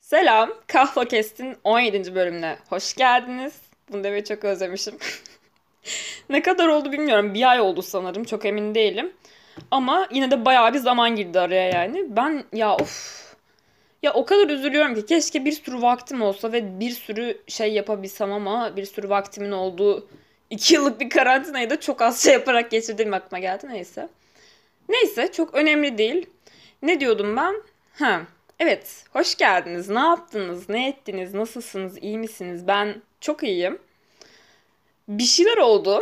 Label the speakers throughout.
Speaker 1: Selam, Kahva Kest'in 17. bölümüne hoş geldiniz. Bunu demeyi çok özlemişim. Ne kadar oldu bilmiyorum. Bir ay oldu sanırım. Çok emin değilim. Ama yine de bayağı bir zaman girdi araya yani. Ben ya of. Ya o kadar üzülüyorum ki keşke bir sürü vaktim olsa ve bir sürü şey yapabilsem ama bir sürü vaktimin olduğu 2 yıllık bir karantinayı da çok az şey yaparak geçirdiğim aklıma geldi. Neyse. Neyse çok önemli değil. Ne diyordum ben? Ha, evet. Hoş geldiniz. Ne yaptınız? Ne ettiniz? Nasılsınız? İyi misiniz? Ben çok iyiyim. Bir şeyler oldu.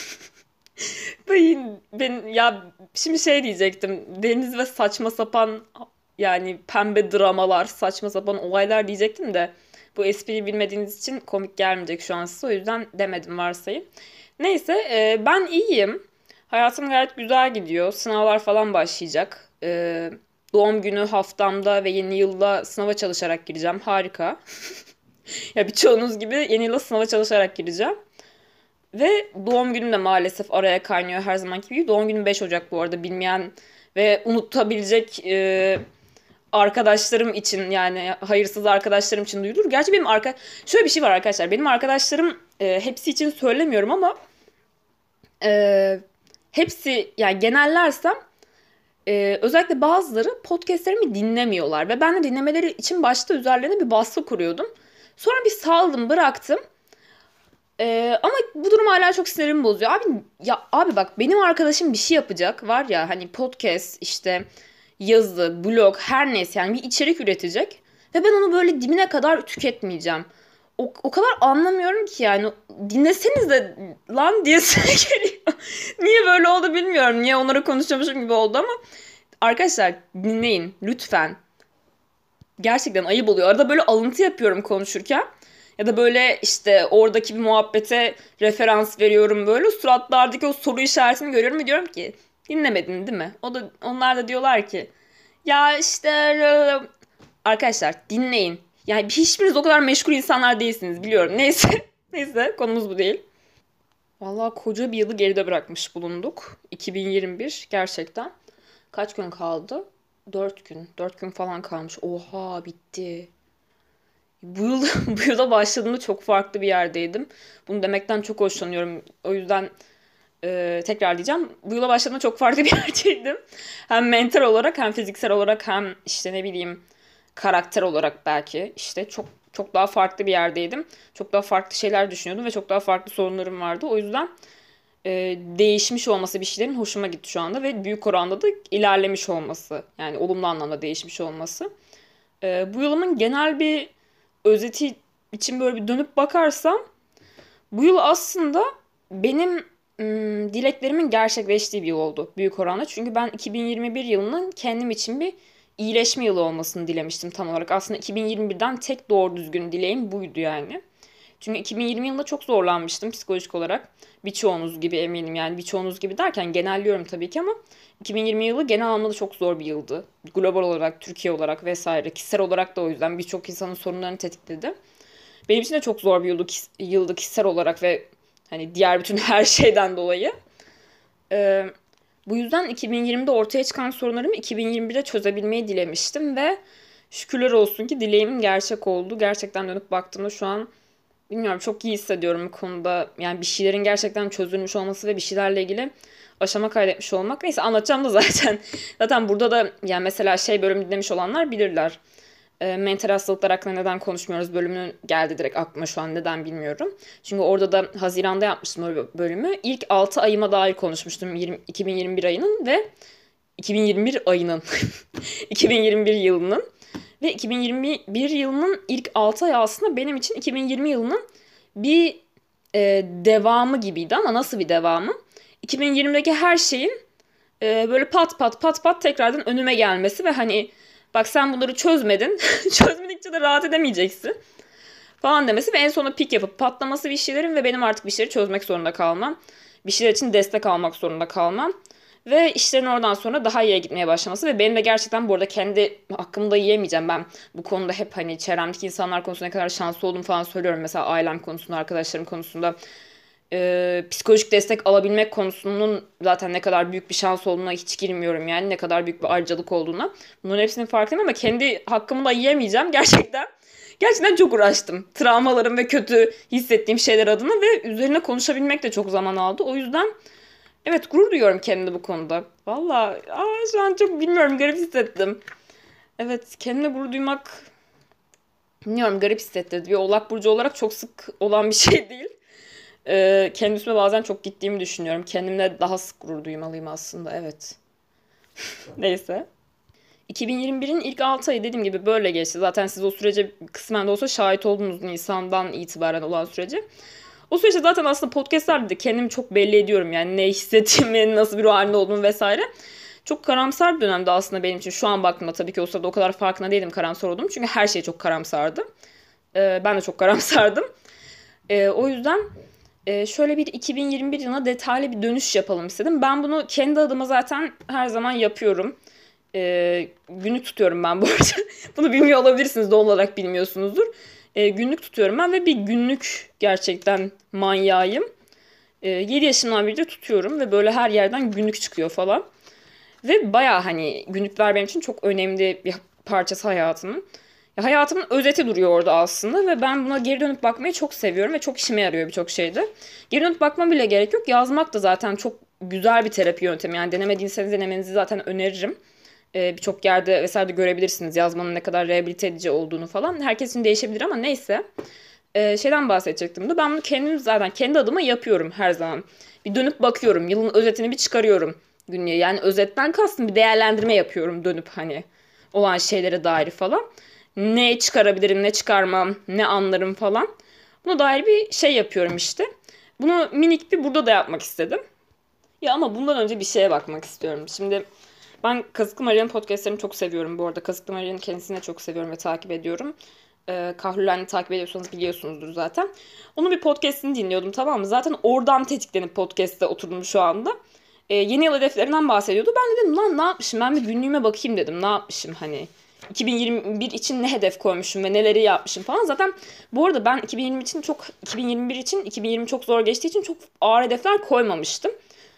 Speaker 1: Ben ya şimdi şey diyecektim. Deniz ve saçma sapan yani pembe dramalar, saçma sapan olaylar diyecektim de bu espriyi bilmediğiniz için komik gelmeyecek şu an size. O yüzden demedim varsayın. Neyse, ben iyiyim. Hayatım gayet güzel gidiyor. Sınavlar falan başlayacak. Doğum günü haftamda ve yeni yılda sınava çalışarak gireceğim. Harika. Ya birçoğunuz gibi yeni yıla sınava çalışarak gireceğim. Ve doğum günüm de maalesef araya kaynıyor her zamanki gibi. Doğum günüm 5 Ocak bu arada, bilmeyen ve unutabilecek arkadaşlarım için, yani hayırsız arkadaşlarım için duyulur. Gerçi şöyle bir şey var arkadaşlar. Benim arkadaşlarım, hepsi için söylemiyorum ama e, hepsi, yani genellersem, özellikle bazıları podcastlerimi dinlemiyorlar ve ben de dinlemeleri için başta üzerlerine bir baskı kuruyordum. Sonra bir saldım, bıraktım. Ama bu durum hala çok sinirimi bozuyor. Abi ya abi bak, benim arkadaşım bir şey yapacak var ya, hani podcast işte, yazı, blog, her neyse, yani bir içerik üretecek ve ben onu böyle dibine kadar tüketmeyeceğim. O kadar anlamıyorum ki, yani dinleseniz de lan diyesi geliyor. Niye böyle oldu bilmiyorum. Niye onları konuşuyormuşum gibi oldu ama arkadaşlar dinleyin lütfen. Gerçekten ayıp oluyor. Arada böyle alıntı yapıyorum konuşurken. Ya da böyle işte oradaki bir muhabbete referans veriyorum böyle. Suratlardaki o soru işaretini görüyorum ve diyorum ki dinlemedin değil mi? Onlar da diyorlar ki ya işte arkadaşlar dinleyin. Yani hiçbiriniz o kadar meşgul insanlar değilsiniz biliyorum. Neyse. Neyse, konumuz bu değil. Vallahi koca bir yılı geride bırakmış bulunduk. 2021 gerçekten. Kaç gün kaldı? 4 gün. 4 gün falan kalmış. Oha, bitti. Bu yıl, bu yıla başladığımda çok farklı bir yerdeydim. Bunu demekten çok hoşlanıyorum. O yüzden tekrar diyeceğim. Bu yıla başladığımda çok farklı bir yerdeydim. Hem mental olarak hem fiziksel olarak hem işte ne bileyim karakter olarak belki işte çok çok daha farklı bir yerdeydim. Çok daha farklı şeyler düşünüyordum ve çok daha farklı sorunlarım vardı. O yüzden değişmiş olması bir şeylerin hoşuma gitti şu anda ve büyük oranda da ilerlemiş olması. Yani olumlu anlamda değişmiş olması. Bu yılımın genel bir özeti için böyle bir dönüp bakarsam bu yıl aslında benim dileklerimin gerçekleştiği bir yıl oldu büyük oranda. Çünkü ben 2021 yılının kendim için bir iyileşme yılı olmasını dilemiştim tam olarak. Aslında 2021'den tek doğru düzgün dileğim buydu yani. Çünkü 2020 yılında çok zorlanmıştım psikolojik olarak. Birçoğunuz gibi eminim, yani birçoğunuz gibi derken genelliyorum tabii ki ama 2020 yılı genel anlamda çok zor bir yıldı. Global olarak, Türkiye olarak vesaire. Kişisel olarak da o yüzden birçok insanın sorunlarını tetikledi. Benim için de çok zor bir yıldı kişisel olarak ve hani diğer bütün her şeyden dolayı. Ee, Bu yüzden 2020'de ortaya çıkan sorunlarımı 2021'de çözebilmeyi dilemiştim ve şükürler olsun ki dileğimin gerçek oldu. Gerçekten dönüp baktığımda şu an bilmiyorum, çok iyi hissediyorum bu konuda. Yani bir şeylerin gerçekten çözülmüş olması ve bir şeylerle ilgili aşama kaydetmiş olmak. Neyse, anlatacağım da zaten. Zaten burada da yani mesela şey bölüm dinlemiş olanlar bilirler. Mental hastalıklar hakkında neden konuşmuyoruz bölümünün geldi direkt aklıma şu an, neden bilmiyorum. Çünkü orada da Haziran'da yapmıştım o bölümü. İlk 6 ayıma dair konuşmuştum 2021 ayının ve 2021 ayının 2021 yılının ve 2021 yılının ilk 6 ay aslında benim için 2020 yılının bir devamı gibiydi ama nasıl bir devamı? 2020'deki her şeyin böyle pat pat pat pat tekrardan önüme gelmesi ve hani bak sen bunları çözmedin. Çözmedikçe de rahat edemeyeceksin falan demesi ve en sonunda pik yapıp patlaması bir şeylerin ve benim artık bir şeyleri çözmek zorunda kalmam. Bir şeyler için destek almak zorunda kalmam. Ve işlerin oradan sonra daha iyiye gitmeye başlaması ve benim de gerçekten bu arada kendi hakkımı da yiyemeyeceğim. Ben bu konuda hep hani çevremdeki insanlar konusunda ne kadar şanslı olduğumu falan söylüyorum. Mesela ailem konusunda, arkadaşlarım konusunda. Psikolojik destek alabilmek konusunun zaten ne kadar büyük bir şans olduğuna hiç girmiyorum yani. Ne kadar büyük bir ayrıcalık olduğuna. Bunların hepsinin farkındayım ama kendi hakkımı da yiyemeyeceğim. Gerçekten çok uğraştım. Travmalarım ve kötü hissettiğim şeyler adına ve üzerine konuşabilmek de çok zaman aldı. O yüzden evet, gurur duyuyorum kendimde bu konuda. Valla şu an çok bilmiyorum, garip hissettim. Evet, kendime gurur duymak bilmiyorum, garip hissettirdi. Bir Oğlak Burcu olarak çok sık olan bir şey değil. Kendi üstüme bazen çok gittiğimi düşünüyorum. Kendimle daha sık gurur duymalıyım aslında, evet. Neyse. 2021'in ilk 6 ayı dediğim gibi böyle geçti. Zaten siz o sürece kısmen de olsa şahit oldunuz, Nisan'dan itibaren olan sürece. O süreçte zaten aslında podcastlerde de kendimi çok belli ediyorum. Yani ne hissettiğimi, nasıl bir ruh halinde olduğumu vesaire. Çok karamsar bir dönemde aslında benim için. Şu an baktığımda tabii ki o sırada o kadar farkında değilim karamsar olduğum. Çünkü her şey çok karamsardı. Ben de çok karamsardım. O yüzden şöyle bir 2021 yılına detaylı bir dönüş yapalım istedim. Ben bunu kendi adıma zaten her zaman yapıyorum. Günlük tutuyorum ben bu arada. Bunu bilmiyor olabilirsiniz, doğal olarak bilmiyorsunuzdur. Günlük tutuyorum ben ve bir günlük gerçekten manyağıyım. 7 yaşımdan beri de tutuyorum ve böyle her yerden günlük çıkıyor falan. Ve baya hani günlükler benim için çok önemli bir parçası hayatımın. Ya hayatımın özeti duruyor orada aslında ve ben buna geri dönüp bakmayı çok seviyorum ve çok işime yarıyor birçok şeyde. Geri dönüp bakma bile gerek yok. Yazmak da zaten çok güzel bir terapi yöntemi. Yani denemediyseniz denemenizi zaten öneririm. Birçok yerde vesaire de görebilirsiniz yazmanın ne kadar rehabilite edici olduğunu falan. Herkes için değişebilir ama neyse. Şeyden bahsedecektim de ben bunu kendim zaten kendi adıma yapıyorum her zaman. Bir dönüp bakıyorum. Yılın özetini bir çıkarıyorum günlüğe. Yani özetten kastım bir değerlendirme yapıyorum dönüp hani olan şeylere dair falan. Ne çıkarabilirim, ne çıkarmam, ne anlarım falan. Buna dair bir şey yapıyorum işte. Bunu minik bir burada da yapmak istedim. Ya ama bundan önce bir şeye bakmak istiyorum. Şimdi ben Kazıklı Maria'nın podcastlerini çok seviyorum bu arada. Kazıklı Maria'nın kendisini de çok seviyorum ve takip ediyorum. Kahrülen'i takip ediyorsanız biliyorsunuzdur zaten. Onun bir podcastini dinliyordum, tamam mı? Zaten oradan tetiklenip podcast'te oturdum şu anda. Yeni yıl hedeflerinden bahsediyordu. Ben de dedim lan ne yapmışım? Ben bir günlüğüme bakayım dedim. Ne yapmışım hani? 2021 için ne hedef koymuşum ve neleri yapmışım falan. Zaten bu arada ben 2021 için 2020 çok zor geçtiği için çok ağır hedefler koymamıştım.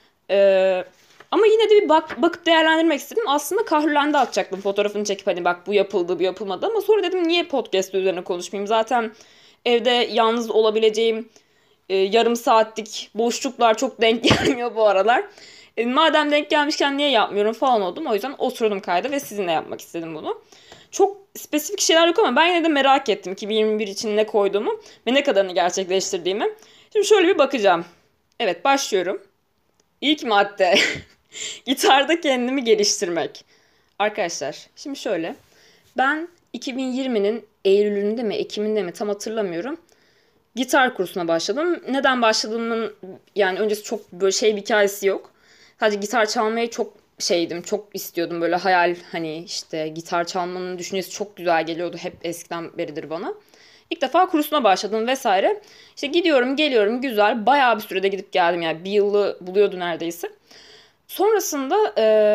Speaker 1: Ee, Ama yine de bir bakıp değerlendirmek istedim. Aslında Kahrülen'de atacaktım fotoğrafını çekip hani bak bu yapıldı bu yapılmadı ama sonra dedim niye podcast üzerine konuşmayayım? Zaten evde yalnız olabileceğim yarım saatlik boşluklar çok denk gelmiyor bu aralar. Madem denk gelmişken niye yapmıyorum falan oldum. O yüzden oturdum kayda ve sizinle yapmak istedim bunu. Çok spesifik şeyler yok ama ben yine de merak ettim 2021 için ne koyduğumu ve ne kadarını gerçekleştirdiğimi. Şimdi şöyle bir bakacağım. Evet, başlıyorum. İlk madde. Gitarda kendimi geliştirmek. Arkadaşlar şimdi şöyle. Ben 2020'nin Eylül'ünde mi Ekim'inde mi tam hatırlamıyorum. Gitar kursuna başladım. Neden başladığımın yani öncesi çok böyle şey bir hikayesi yok. Sadece gitar çalmayı çok şeydim, çok istiyordum, böyle hayal, hani işte gitar çalmanın düşüncesi çok güzel geliyordu, hep eskiden beridir bana. İlk defa kursuna başladım vesaire. İşte gidiyorum geliyorum, güzel, bayağı bir sürede gidip geldim yani bir yılı buluyordu neredeyse. Sonrasında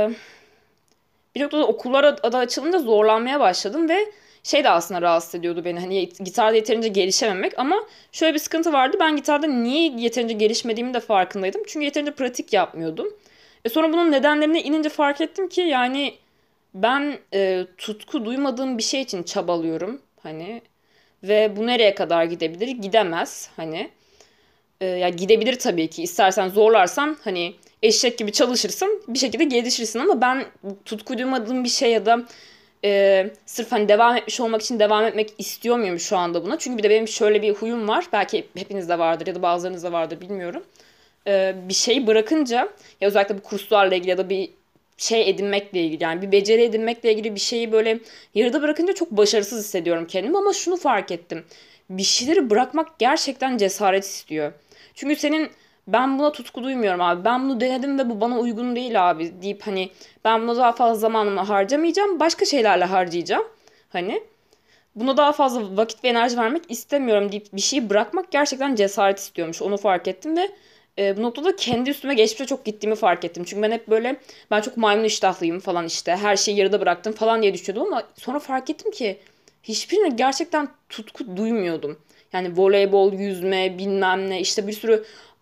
Speaker 1: bir noktada okullar adı açılınca zorlanmaya başladım ve şey de aslında rahatsız ediyordu beni. Hani gitarda yeterince gelişememek ama şöyle bir sıkıntı vardı. Ben gitarda niye yeterince gelişmediğimi de farkındaydım. Çünkü yeterince pratik yapmıyordum. Sonra bunun nedenlerine inince fark ettim ki yani ben tutku duymadığım bir şey için çabalıyorum. Hani ve bu nereye kadar gidebilir? Gidemez hani. Ya gidebilir tabii ki. İstersen zorlarsan hani eşek gibi çalışırsın, bir şekilde gelişirsin ama ben tutku duymadığım bir şey ya da sırf hani devam etmiş olmak için devam etmek istiyor muyum şu anda buna? Çünkü bir de benim şöyle bir huyum var. Belki hepinizde vardır ya da bazılarınızda vardır, bilmiyorum. Bir şeyi bırakınca ya özellikle bu kurslarla ilgili ya da bir şey edinmekle ilgili, yani bir beceri edinmekle ilgili bir şeyi böyle yarıda bırakınca çok başarısız hissediyorum kendimi ama şunu fark ettim. Bir şeyleri bırakmak gerçekten cesaret istiyor. Çünkü senin ben buna tutku duymuyorum abi, ben bunu denedim ve bu bana uygun değil abi deyip hani ben buna daha fazla zamanımı harcamayacağım, başka şeylerle harcayacağım. Hani buna daha fazla vakit ve enerji vermek istemiyorum deyip bir şeyi bırakmak gerçekten cesaret istiyormuş. Onu fark ettim ve bu noktada kendi üstüme geçmişe çok gittiğimi fark ettim. Çünkü ben hep böyle ben çok maymun iştahlıyım falan, işte her şeyi yarıda bıraktım falan diye düşünüyordum ama sonra fark ettim ki hiçbirine gerçekten tutku duymuyordum. Yani voleybol, yüzme, bilmem ne, işte bir sürü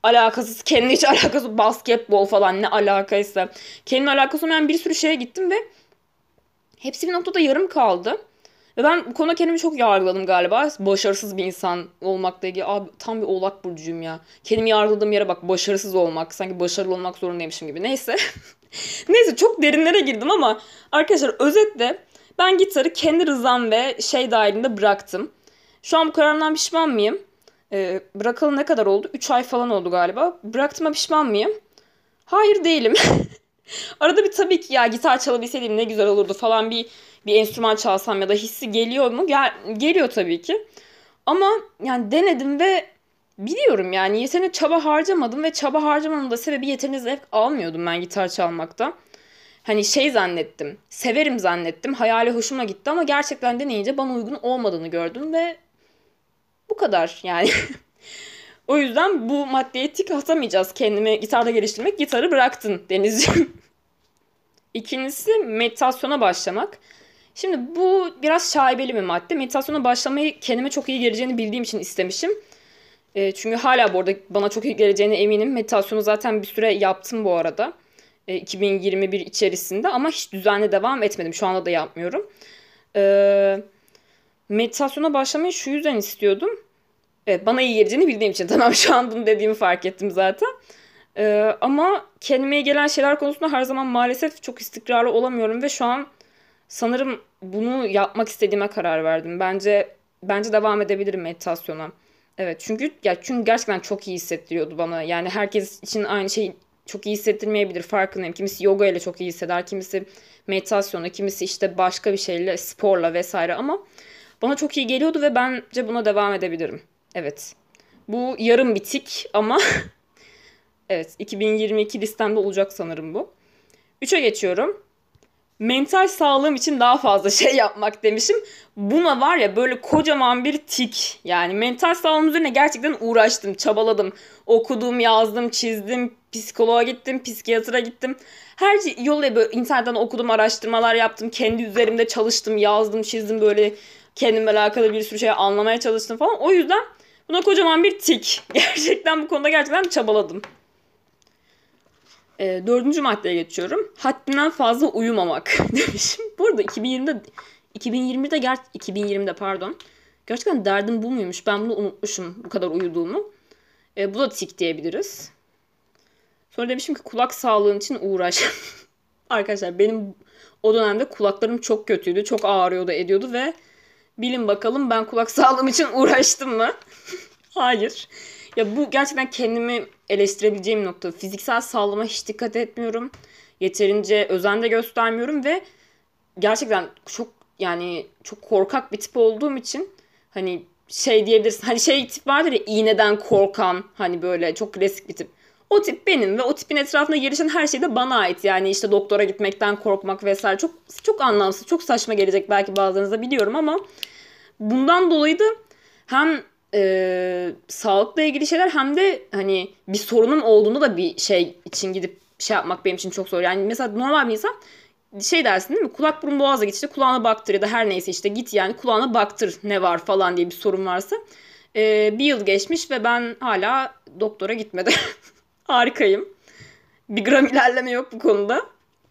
Speaker 1: alakasız, kendine hiç alakası, basketbol falan ne alakaysa. Kendine alakası olmayan bir sürü şeye gittim ve hepsi bir noktada yarım kaldı. Ve ben bu konuda kendimi çok yargıladım galiba. Başarısız bir insan olmakla ilgili. Abi tam bir Oğlak burcuyum ya. Kendimi yargıladığım yere bak, başarısız olmak. Sanki başarılı olmak zorundaymışım gibi. Neyse. Neyse, çok derinlere girdim ama arkadaşlar, özetle ben gitarı kendi rızam ve şey dahilinde bıraktım. Şu an bu kararımdan pişman mıyım? Bırakalı ne kadar oldu? 3 ay falan oldu galiba. Bıraktığıma pişman mıyım? Hayır, değilim. Arada bir tabii ki ya gitar çalabilseydim ne güzel olurdu falan, bir enstrüman çalsam ya da hissi geliyor mu? Geliyor tabii ki. Ama yani denedim ve biliyorum yani yeterince çaba harcamadım ve çaba harcamanın da sebebi yeterince zevk almıyordum ben gitar çalmakta. Hani şey zannettim, severim zannettim, hayali hoşuma gitti ama gerçekten deneyince bana uygun olmadığını gördüm ve bu kadar yani. O yüzden bu maddeye tik atamayacağız, kendimi gitarda geliştirmek. Gitarı bıraktın Denizciğim. İkincisi meditasyona başlamak. Şimdi bu biraz şaibeli bir madde. Meditasyona başlamayı kendime çok iyi geleceğini bildiğim için istemişim. Çünkü hala bu arada bana çok iyi geleceğine eminim. Meditasyonu zaten bir süre yaptım bu arada. 2021 içerisinde ama hiç düzenli devam etmedim. Şu anda da yapmıyorum. E, Meditasyona başlamayı şu yüzden istiyordum. Evet, bana iyi geleceğini bildiğim için. Tamam, şu an bunu dediğimi fark ettim zaten. Ama kendime iyi gelen şeyler konusunda her zaman maalesef çok istikrarlı olamıyorum ve şu an sanırım bunu yapmak istediğime karar verdim. Bence devam edebilirim meditasyona. Evet, çünkü gerçekten çok iyi hissettiriyordu bana. Yani herkes için aynı şey çok iyi hissettirmeyebilir, farkındayım. Kimisi yoga ile çok iyi hisseder, kimisi meditasyonla, kimisi işte başka bir şeyle, sporla vesaire ama bana çok iyi geliyordu ve bence buna devam edebilirim. Evet. Bu yarım bitik ama evet, 2022 listemde olacak sanırım bu. 3'e geçiyorum. Mental sağlığım için daha fazla şey yapmak demişim. Buna var ya böyle kocaman bir tik. Yani mental sağlığım üzerine gerçekten uğraştım, çabaladım. Okudum, yazdım, çizdim, psikoloğa gittim, psikiyatra gittim. Her yolu böyle internetten okudum, araştırmalar yaptım. Kendi üzerimde çalıştım, yazdım, çizdim, böyle kendimle alakalı bir sürü şey anlamaya çalıştım falan. O yüzden buna kocaman bir tik. Gerçekten bu konuda gerçekten çabaladım. Dördüncü maddeye geçiyorum. Haddinden fazla uyumamak demişim. Bu arada 2020'de pardon. Gerçekten derdim bu muymuş? Ben bunu unutmuşum, bu kadar uyuduğumu. Bu da tik diyebiliriz. Sonra demişim ki kulak sağlığın için uğraş. Arkadaşlar benim o dönemde kulaklarım çok kötüydü. Çok ağrıyordu, ediyordu ve bilin bakalım ben kulak sağlığım için uğraştım mı? Hayır. Ya bu gerçekten kendimi eleştirebileceğim nokta. Fiziksel sağlığıma hiç dikkat etmiyorum. Yeterince özen de göstermiyorum ve gerçekten çok korkak bir tip olduğum için hani şey diyebilirsin. Hani şey tip vardır ya, iğneden korkan, hani böyle çok klasik bir tip. O tip benim ve o tipin etrafında gelişen her şey de bana ait. Yani işte doktora gitmekten korkmak vesaire çok çok anlamsız, çok saçma gelecek belki bazılarınıza, biliyorum ama bundan dolayı da hem sağlıkla ilgili şeyler hem de hani bir sorunum olduğunda da bir şey için gidip şey yapmak benim için çok zor. Yani mesela normal bir insan şey dersin değil mi? Kulak burun boğazla git, işte kulağına baktır ya da her neyse işte git yani kulağına baktır ne var falan diye bir sorun varsa. Bir yıl geçmiş ve ben hala doktora gitmedim. Harikayım. Bir gram ilerleme yok bu konuda.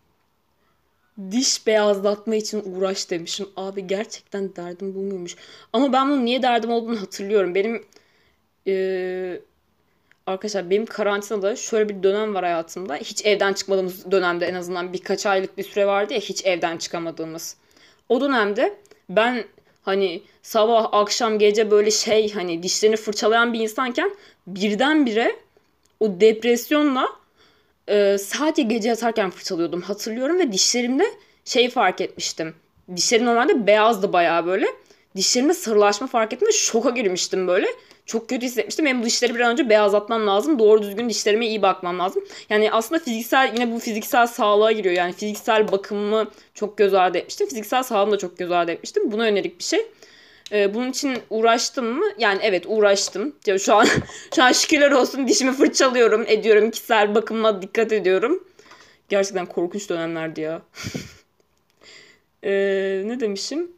Speaker 1: Diş beyazlatma için uğraş demişim. Abi gerçekten derdim bu muymuş? Ama ben bunun niye derdim olduğunu hatırlıyorum. Eee, Arkadaşlar benim karantinada şöyle bir dönem var hayatımda. Hiç evden çıkmadığımız dönemde, en azından birkaç aylık bir süre vardı ya hiç evden çıkamadığımız. O dönemde ben hani sabah akşam gece böyle şey hani dişlerini fırçalayan bir insanken birdenbire o depresyonla sadece gece yatarken fırçalıyordum hatırlıyorum ve dişlerimde şey fark etmiştim. Dişlerim normalde beyazdı bayağı böyle. Dişlerimde sarılaşma fark ettim ve şoka girmiştim böyle. Çok kötü hissetmiştim. Benim bu dişleri bir an önce beyazlatmam lazım. Doğru düzgün dişlerime iyi bakmam lazım. Yani aslında yine bu fiziksel sağlığa giriyor. Yani fiziksel bakımımı çok göz ardı etmiştim. Fiziksel sağlığımı da çok göz ardı etmiştim. Buna yönelik bir şey. Bunun için uğraştım mı? Yani evet, uğraştım. Ya şu an şükürler olsun dişimi fırçalıyorum, ediyorum. Kişisel bakımıma dikkat ediyorum. Gerçekten korkunç dönemlerdi ya. Ne demişim?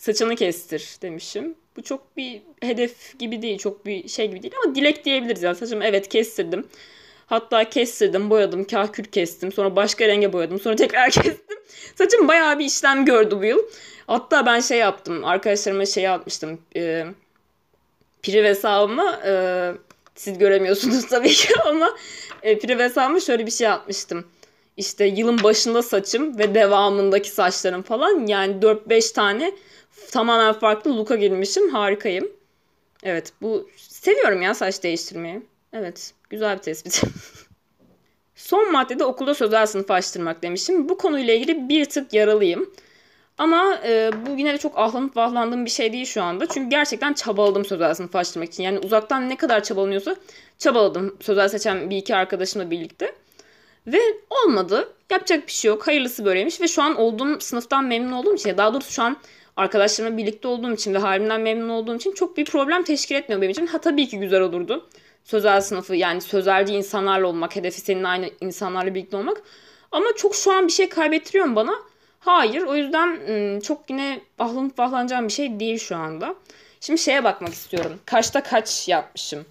Speaker 1: Saçını kestir demişim. Bu çok bir hedef gibi değil, çok bir şey gibi değil ama dilek diyebiliriz yani. Saçımı evet kestirdim. Hatta kestirdim, boyadım, kahkül kestim. Sonra başka renge boyadım. Sonra tekrar kestim. Saçım bayağı bir işlem gördü bu yıl. Hatta ben şey yaptım. Arkadaşlarıma şey atmıştım. Priv hesabıma siz göremiyorsunuz tabii ki ama priv hesabıma şöyle bir şey atmıştım. İşte yılın başında saçım ve devamındaki saçlarım falan. Yani 4-5 tane tamamen farklı look'a girmişim. Harikayım. Evet, bu seviyorum ya saç değiştirmeyi. Evet, güzel bir tespit. Son maddede okulda sözel sınıf açtırmak demişim. Bu konuyla ilgili bir tık yaralıyım. Ama bu yine de çok ahlanıp vahlandığım bir şey değil şu anda. Çünkü gerçekten çabaladım sözel sınıf açtırmak için. Yani uzaktan ne kadar çabalanıyorsa çabaladım. Sözel seçen bir iki arkadaşımla birlikte. Ve olmadı. Yapacak bir şey yok. Hayırlısı böyleymiş. Ve şu an olduğum sınıftan memnun olduğum için, daha doğrusu şu an arkadaşlarımla birlikte olduğum için ve halimden memnun olduğum için çok bir problem teşkil etmiyor benim için. Ha tabii ki güzel olurdu. Sözel sınıfı yani sözelci insanlarla olmak, hedefi senin aynı insanlarla birlikte olmak. Ama çok şu an bir şey kaybettiriyor mu bana? Hayır. O yüzden çok yine ahlanıp vahlanacağım bir şey değil şu anda. Şimdi şeye bakmak istiyorum. Kaçta kaç yapmışım?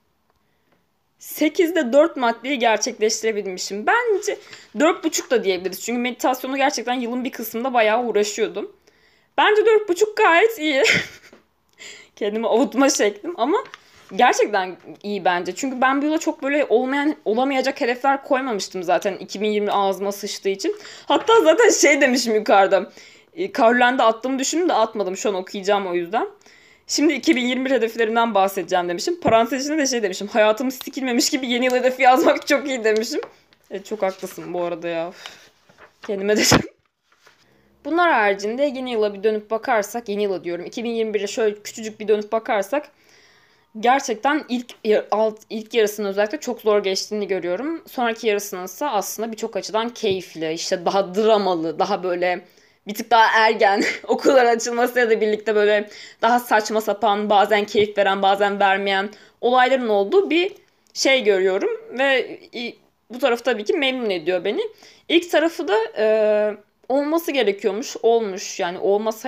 Speaker 1: 8'de 4 maddeyi gerçekleştirebilmişim. Bence 4,5 da diyebiliriz. Çünkü meditasyonu gerçekten yılın bir kısmında bayağı uğraşıyordum. Bence 4,5 gayet iyi. Kendimi avutma şeklim ama gerçekten iyi bence. Çünkü ben bu yıla çok böyle olamayacak hedefler koymamıştım zaten 2020 ağzıma sıçtığı için. Hatta zaten şey demişim yukarıda. Karolen'de attığımı düşündüm de atmadım. Şu an okuyacağım o yüzden. Şimdi 2021 hedeflerimden bahsedeceğim demişim. Parantez içinde de şey demişim. Hayatımız sikilmemiş gibi yeni yıl hedefi yazmak çok iyi demişim. Evet çok haklısın bu arada ya. Kendime dedim. Bunlar haricinde yeni yıla bir dönüp bakarsak, yeni yıla diyorum 2021'e şöyle küçücük bir dönüp bakarsak gerçekten ilk yarısının özellikle çok zor geçtiğini görüyorum. Sonraki yarısının ise aslında birçok açıdan keyifli, işte daha dramalı, daha böyle bir tık daha ergen okullar açılmasıyla da birlikte böyle daha saçma sapan, bazen keyif veren, bazen vermeyen olayların olduğu bir şey görüyorum ve bu tarafı tabii ki memnun ediyor beni. İlk tarafı da olması gerekiyormuş, olmuş. Yani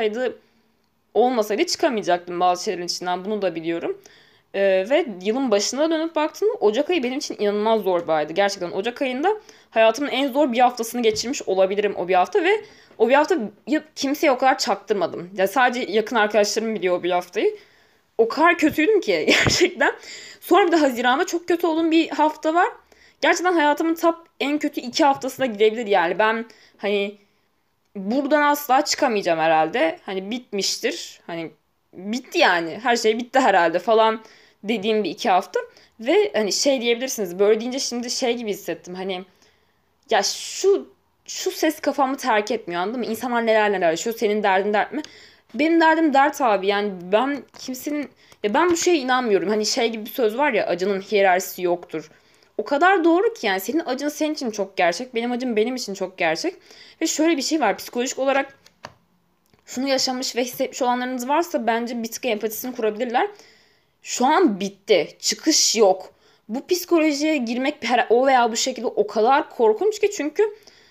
Speaker 1: olmasaydı çıkamayacaktım bazı şeylerin içinden. Bunu da biliyorum. Ve yılın başına dönüp baktığımda Ocak ayı benim için inanılmaz zor bir aydı. Gerçekten Ocak ayında hayatımın en zor bir haftasını geçirmiş olabilirim o bir hafta ve o bir hafta kimseye o kadar çaktırmadım. Ya sadece yakın arkadaşlarım biliyor o bir haftayı. O kadar kötüydüm ki gerçekten. Sonra bir de Haziran'da çok kötü olduğum bir hafta var. Gerçekten hayatımın en kötü 2 haftasına gidebilir yani. Ben hani buradan asla çıkamayacağım herhalde. Hani bitmiştir. Hani bitti yani. Her şey bitti herhalde falan dediğim bir 2 hafta. Ve hani şey diyebilirsiniz. Böyle deyince şimdi şey gibi hissettim. Hani ya şu ses kafamı terk etmiyor anladın mı? İnsanlar neler neler yaşıyor. Senin derdin dert mi? Benim derdim dert abi. Yani ben kimsenin ben bu şeye inanmıyorum. Hani şey gibi bir söz var ya acının hiyerarşisi yoktur. O kadar doğru ki yani senin acın senin için çok gerçek. Benim acım benim için çok gerçek. Ve şöyle bir şey var. Psikolojik olarak şunu yaşamış ve hissetmiş olanlarınız varsa bence bir tık empatisini kurabilirler. Şu an bitti. Çıkış yok. Bu psikolojiye girmek o veya bu şekilde o kadar korkunç ki çünkü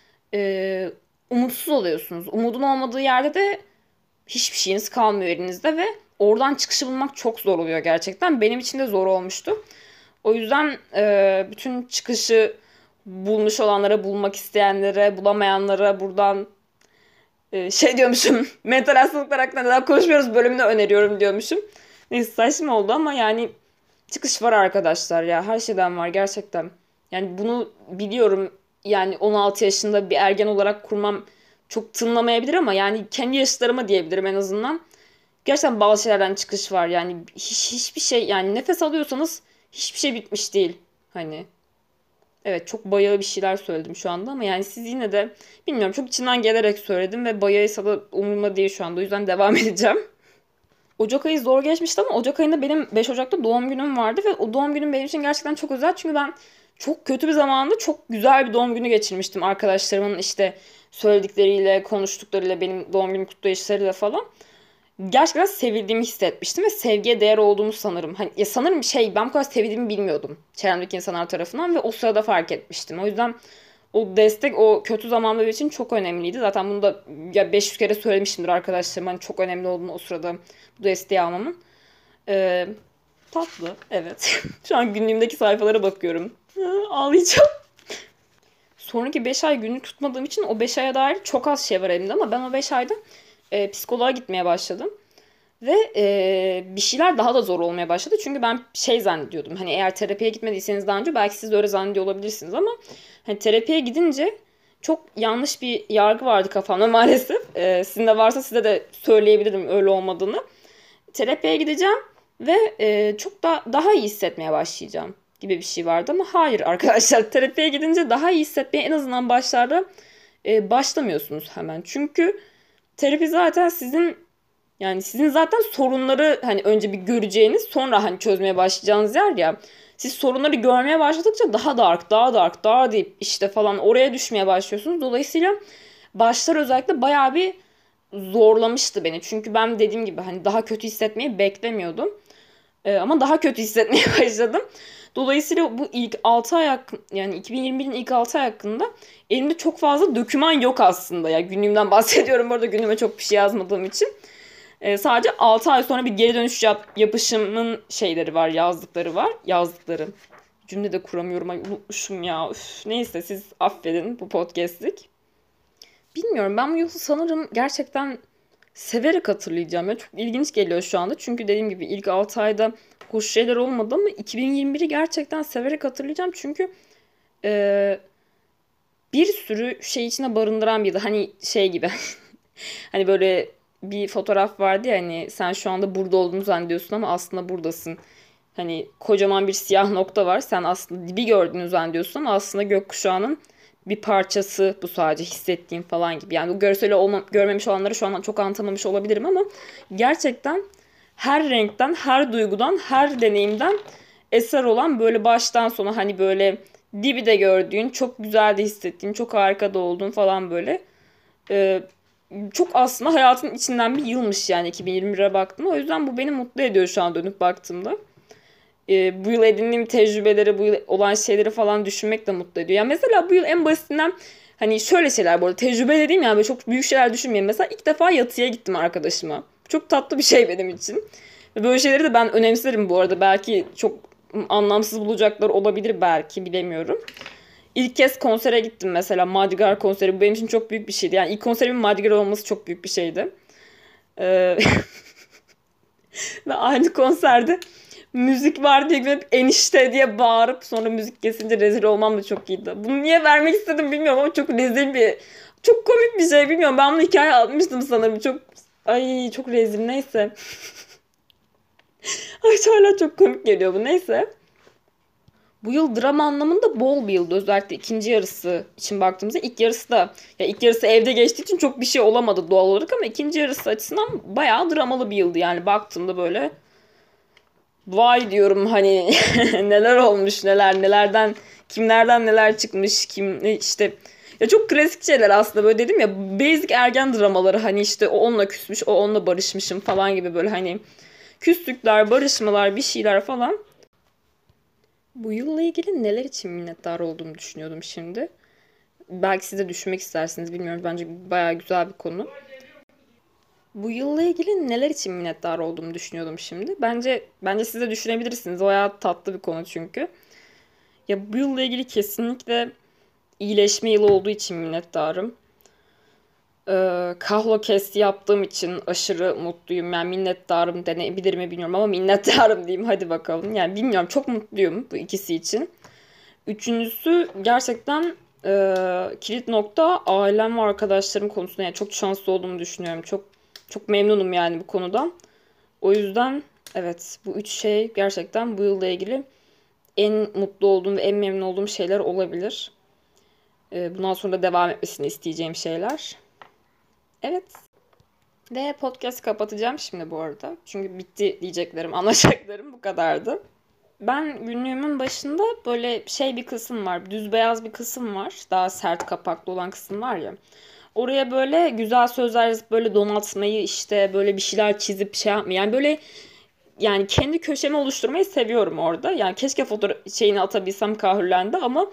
Speaker 1: umutsuz oluyorsunuz. Umudun olmadığı yerde de hiçbir şeyiniz kalmıyor elinizde ve oradan çıkışı bulmak çok zor oluyor gerçekten. Benim için de zor olmuştu. O yüzden bütün çıkışı bulmuş olanlara, bulmak isteyenlere, bulamayanlara buradan şey diyormuşum. Mental hastalıklar hakkında neden konuşmuyoruz bölümünü öneriyorum diyormuşum. Neyse saçma oldu ama yani çıkış var arkadaşlar ya. Her şeyden var gerçekten. Yani bunu biliyorum. Yani 16 yaşında bir ergen olarak kurmam çok tınlamayabilir ama yani kendi yaşlarıma diyebilirim en azından. Gerçekten bazı şeylerden çıkış var. Yani hiçbir şey yani nefes alıyorsanız hiçbir şey bitmiş değil. Hani evet çok bayağı bir şeyler söyledim şu anda ama yani siz yine de bilmiyorum çok içinden gelerek söyledim ve bayağıysa da umurumda değil şu anda. O yüzden devam edeceğim. Ocak ayı zor geçmişti ama Ocak ayında benim 5 Ocak'ta doğum günüm vardı ve o doğum günüm benim için gerçekten çok özel. Çünkü ben çok kötü bir zamanda çok güzel bir doğum günü geçirmiştim. Arkadaşlarımın işte söyledikleriyle, konuştuklarıyla, benim doğum günü kutlayışlarıyla falan. Gerçekten sevildiğimi hissetmiştim ve sevgiye değer olduğumu sanırım. Hani, ya sanırım ben bu kadar sevildiğimi bilmiyordum çevremdeki insanlar tarafından ve o sırada fark etmiştim. O yüzden O destek o kötü zamanlar için çok önemliydi. Zaten bunu da ya 500 kere söylemişimdir arkadaşlarım. Hani çok önemli olduğunu o sırada bu desteği almamın. Ee, Tatlı, evet. Şu an günlüğümdeki sayfalara bakıyorum. Ağlayacağım. Sonraki 5 ay günlük tutmadığım için o 5 aya dair çok az şey var elimde ama ben o 5 ayda psikoloğa gitmeye başladım. Ve bir şeyler daha da zor olmaya başladı. Çünkü ben şey zannediyordum. Hani eğer terapiye gitmediyseniz daha önce belki siz de öyle zannediyor olabilirsiniz ama hani terapiye gidince çok yanlış bir yargı vardı kafamda maalesef. Sizin de varsa size de söyleyebilirim öyle olmadığını. Terapiye gideceğim ve çok daha iyi hissetmeye başlayacağım gibi bir şey vardı ama hayır arkadaşlar, terapiye gidince daha iyi hissetmeye en azından başlarda başlamıyorsunuz hemen. Çünkü terapi zaten sizin zaten sorunları hani önce bir göreceğiniz, sonra hani çözmeye başlayacağınız yer ya. Siz sorunları görmeye başladıkça daha dark, daha dark, daha deep işte falan oraya düşmeye başlıyorsunuz. Dolayısıyla başlar özellikle bayağı bir zorlamıştı beni. Çünkü ben dediğim gibi hani daha kötü hissetmeyi beklemiyordum. Ama daha kötü hissetmeye başladım. Dolayısıyla bu ilk 6 ay yani 2021'in ilk 6 ay hakkında elimde çok fazla doküman yok aslında. Yani günlüğümden bahsediyorum. Bu arada günlüğüme çok bir şey yazmadığım için. Sadece 6 ay sonra bir geri dönüş yapışımın şeyleri var, yazdıkları var. Yazdıkları. Cümle de kuramıyorum. Ay unutmuşum ya. Üf, neyse siz affedin bu podcast'lik. Bilmiyorum, ben bu yılı sanırım gerçekten severek hatırlayacağım. Ya çok ilginç geliyor şu anda. Çünkü dediğim gibi ilk 6 ayda hoş şeyler olmadı ama 2021'i gerçekten severek hatırlayacağım. Çünkü e, bir sürü şey içine barındıran bir yıldı. Hani şey gibi. Hani böyle bir fotoğraf vardı ya, hani sen şu anda burada olduğunu zannediyorsun ama aslında buradasın. Hani kocaman bir siyah nokta var. Sen aslında dibi gördüğünü zannediyorsun ama aslında gökkuşağının bir parçası bu, sadece hissettiğin falan gibi. Yani bu görseli görmemiş olanları şu an çok anlatamamış olabilirim ama gerçekten her renkten, her duygudan, her deneyimden eser olan, böyle baştan sona hani böyle dibi de gördüğün, çok güzel de hissettiğin, çok harika da olduğun falan böyle. Ee, Çok aslında hayatın içinden bir yılmış yani 2021'e baktım. O yüzden bu beni mutlu ediyor şu an dönüp baktığımda. Bu yıl edindiğim tecrübeleri, bu yıl olan şeyleri falan düşünmek de mutlu ediyor. Yani mesela bu yıl en basitinden hani şöyle şeyler, bu arada tecrübe dediğim yani böyle çok büyük şeyler düşünmeyin. Mesela ilk defa yatıya gittim arkadaşıma. Çok tatlı bir şey benim için. Ve böyle şeyleri de ben önemserim bu arada. Belki çok anlamsız bulacaklar olabilir, belki bilemiyorum. İlk kez konsere gittim mesela, Mardi Gras konseri. Bu benim için çok büyük bir şeydi. Yani ilk konserimin Mardi Gras olması çok büyük bir şeydi. Ee, Ve aynı konserde müzik var diye hep enişte diye bağırıp sonra müzik kesince rezil olmam da çok iyiydi. Bunu niye vermek istedim bilmiyorum ama çok rezil çok komik bir şey, bilmiyorum. Ben bunu hikaye atmıştım sanırım. Çok rezil, neyse. Ay hala çok komik geliyor bu, neyse. Bu yıl drama anlamında bol bir yıldı. Özellikle ikinci yarısı için baktığımızda, ilk yarısı da ya ilk yarısı evde geçtiği için çok bir şey olamadı doğal olarak ama ikinci yarısı açısından bayağı dramalı bir yıldı. Yani baktığımda böyle vay diyorum hani neler olmuş, nelerden, kimlerden neler çıkmış, işte ya çok klasik şeyler aslında, böyle dedim ya, basic ergen dramaları, hani işte o onunla küsmüş, o onunla barışmışım falan gibi, böyle hani küslükler, barışmalar, bir şeyler falan. Bu yılla ilgili neler için minnettar olduğumu düşünüyordum şimdi. Belki siz de düşünmek istersiniz, bilmiyorum. Bence bayağı güzel bir konu. Bu yılla ilgili neler için minnettar olduğumu düşünüyordum şimdi. Bence siz de düşünebilirsiniz. Bayağı tatlı bir konu çünkü. Ya bu yılla ilgili kesinlikle iyileşme yılı olduğu için minnettarım. Kahlo kesti yaptığım için aşırı mutluyum. Yani minnettarım denebilir mi bilmiyorum ama minnettarım diyeyim, hadi bakalım. Yani bilmiyorum, çok mutluyum bu ikisi için. Üçüncüsü gerçekten kilit nokta ailem ve arkadaşlarım konusunda. Yani çok şanslı olduğumu düşünüyorum. Çok memnunum yani bu konudan. O yüzden evet, bu üç şey gerçekten bu yılda ilgili en mutlu olduğum ve en memnun olduğum şeyler olabilir. Bundan sonra da devam etmesini isteyeceğim şeyler. Evet. Ve podcast kapatacağım şimdi bu arada. Çünkü bitti diyeceklerim, anlaşacaklarım bu kadardı. Ben günlüğümün başında böyle şey bir kısım var. Düz beyaz bir kısım var. Daha sert kapaklı olan kısım var ya. Oraya böyle güzel sözler yazıp böyle donatmayı, işte böyle bir şeyler çizip şey yapmayı. Yani böyle, yani kendi köşemi oluşturmayı seviyorum orada. Yani keşke fotoğraf şeyini atabilsem kahürlendi ama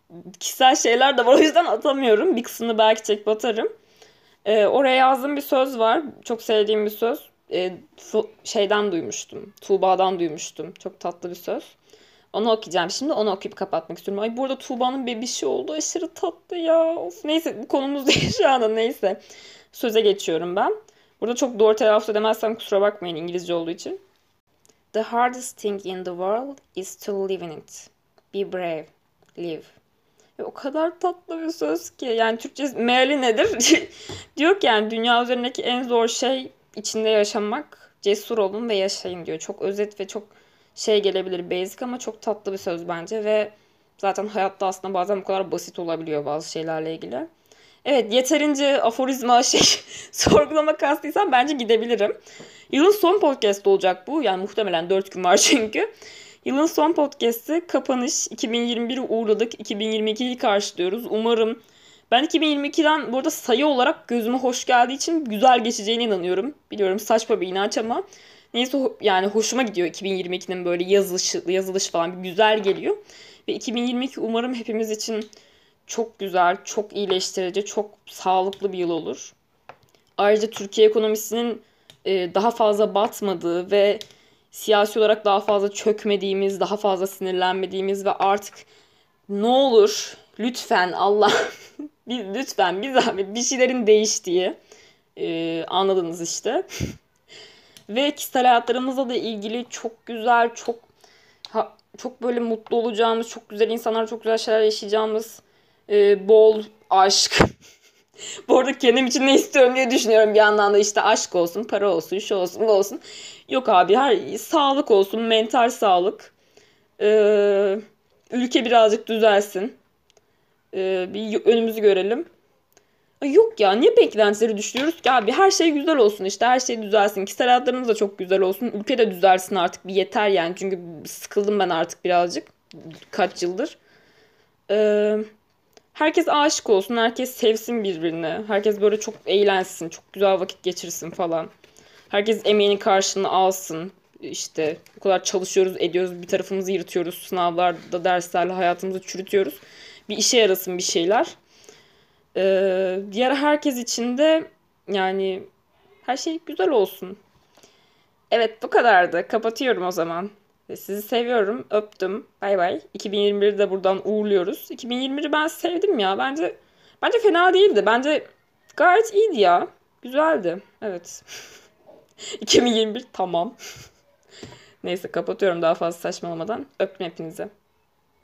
Speaker 1: kişisel şeyler de var, o yüzden atamıyorum. Bir kısmını belki çekip atarım. Oraya yazdığım bir söz var. Çok sevdiğim bir söz. Şeyden duymuştum. Tuğba'dan duymuştum. Çok tatlı bir söz. Onu okuyacağım şimdi. Onu okuyup kapatmak istiyorum. Ay, bu arada Tuğba'nın bebişi oldu. Aşırı tatlı ya. Of, neyse, bu konumuz değil şu anda, neyse. Söze geçiyorum ben. Burada çok doğru telaffuz edemezsem kusura bakmayın, İngilizce olduğu için. The hardest thing in the world is to live in it. Be brave. Live. Ve o kadar tatlı bir söz ki. Yani Türkçe meali nedir? Diyor ki yani dünya üzerindeki en zor şey içinde yaşamak. Cesur olun ve yaşayın diyor. Çok özet ve çok şey gelebilir, basic, ama çok tatlı bir söz bence ve zaten hayatta aslında bazen bu kadar basit olabiliyor bazı şeylerle ilgili. Evet, yeterince aforizma sorgulama kastıysan bence gidebilirim. Yılın son podcast olacak bu. Yani muhtemelen 4 gün var çünkü. Yılın son podcast'i kapanış. 2021'i uğurladık. 2022'yi karşılıyoruz. Umarım, ben 2022'den bu arada sayı olarak gözüme hoş geldiği için güzel geçeceğine inanıyorum. Biliyorum saçma bir inanç ama neyse, yani hoşuma gidiyor 2022'nin böyle yazılışı falan bir güzel geliyor. Ve 2022 umarım hepimiz için çok güzel, çok iyileştirici, çok sağlıklı bir yıl olur. Ayrıca Türkiye ekonomisinin daha fazla batmadığı ve siyasi olarak daha fazla çökmediğimiz, daha fazla sinirlenmediğimiz ve artık ne olur lütfen Allah lütfen bir zahmet bir şeylerin değiştiği, anladınız işte. Ve kişisel hayatlarımızla da ilgili çok güzel, çok böyle mutlu olacağımız, çok güzel insanlar, çok güzel şeyler yaşayacağımız, bol aşk. Bu arada kendim için ne istiyorum diye düşünüyorum bir yandan da, işte aşk olsun, para olsun, şu olsun, bu olsun. Yok abi, sağlık olsun, mental sağlık. Ülke birazcık düzelsin. Bir önümüzü görelim. Ay yok ya, niye beklentileri düşünüyoruz ki abi? Her şey güzel olsun, işte her şey düzelsin. Kişisel hayatlarımız da çok güzel olsun. Ülke de düzelsin artık, bir yeter yani. Çünkü sıkıldım ben artık birazcık. Kaç yıldır. Ee, Herkes aşık olsun, herkes sevsin birbirini. Herkes böyle çok eğlensin, çok güzel vakit geçirsin falan. Herkes emeğinin karşılığını alsın. İşte bu kadar çalışıyoruz, ediyoruz, bir tarafımızı yırtıyoruz. Sınavlarda, derslerle hayatımızı çürütüyoruz. Bir işe yarasın bir şeyler. Diğer herkes için de yani her şey güzel olsun. Evet, bu kadardı. Kapatıyorum o zaman. Sizi seviyorum. Öptüm. Bay bay. 2021'i de buradan uğurluyoruz. 2021'i ben sevdim ya. Bence fena değildi. Bence gayet iyiydi ya. Güzeldi. Evet. 2021 tamam. Neyse, kapatıyorum daha fazla saçmalamadan. Öptüm hepinize.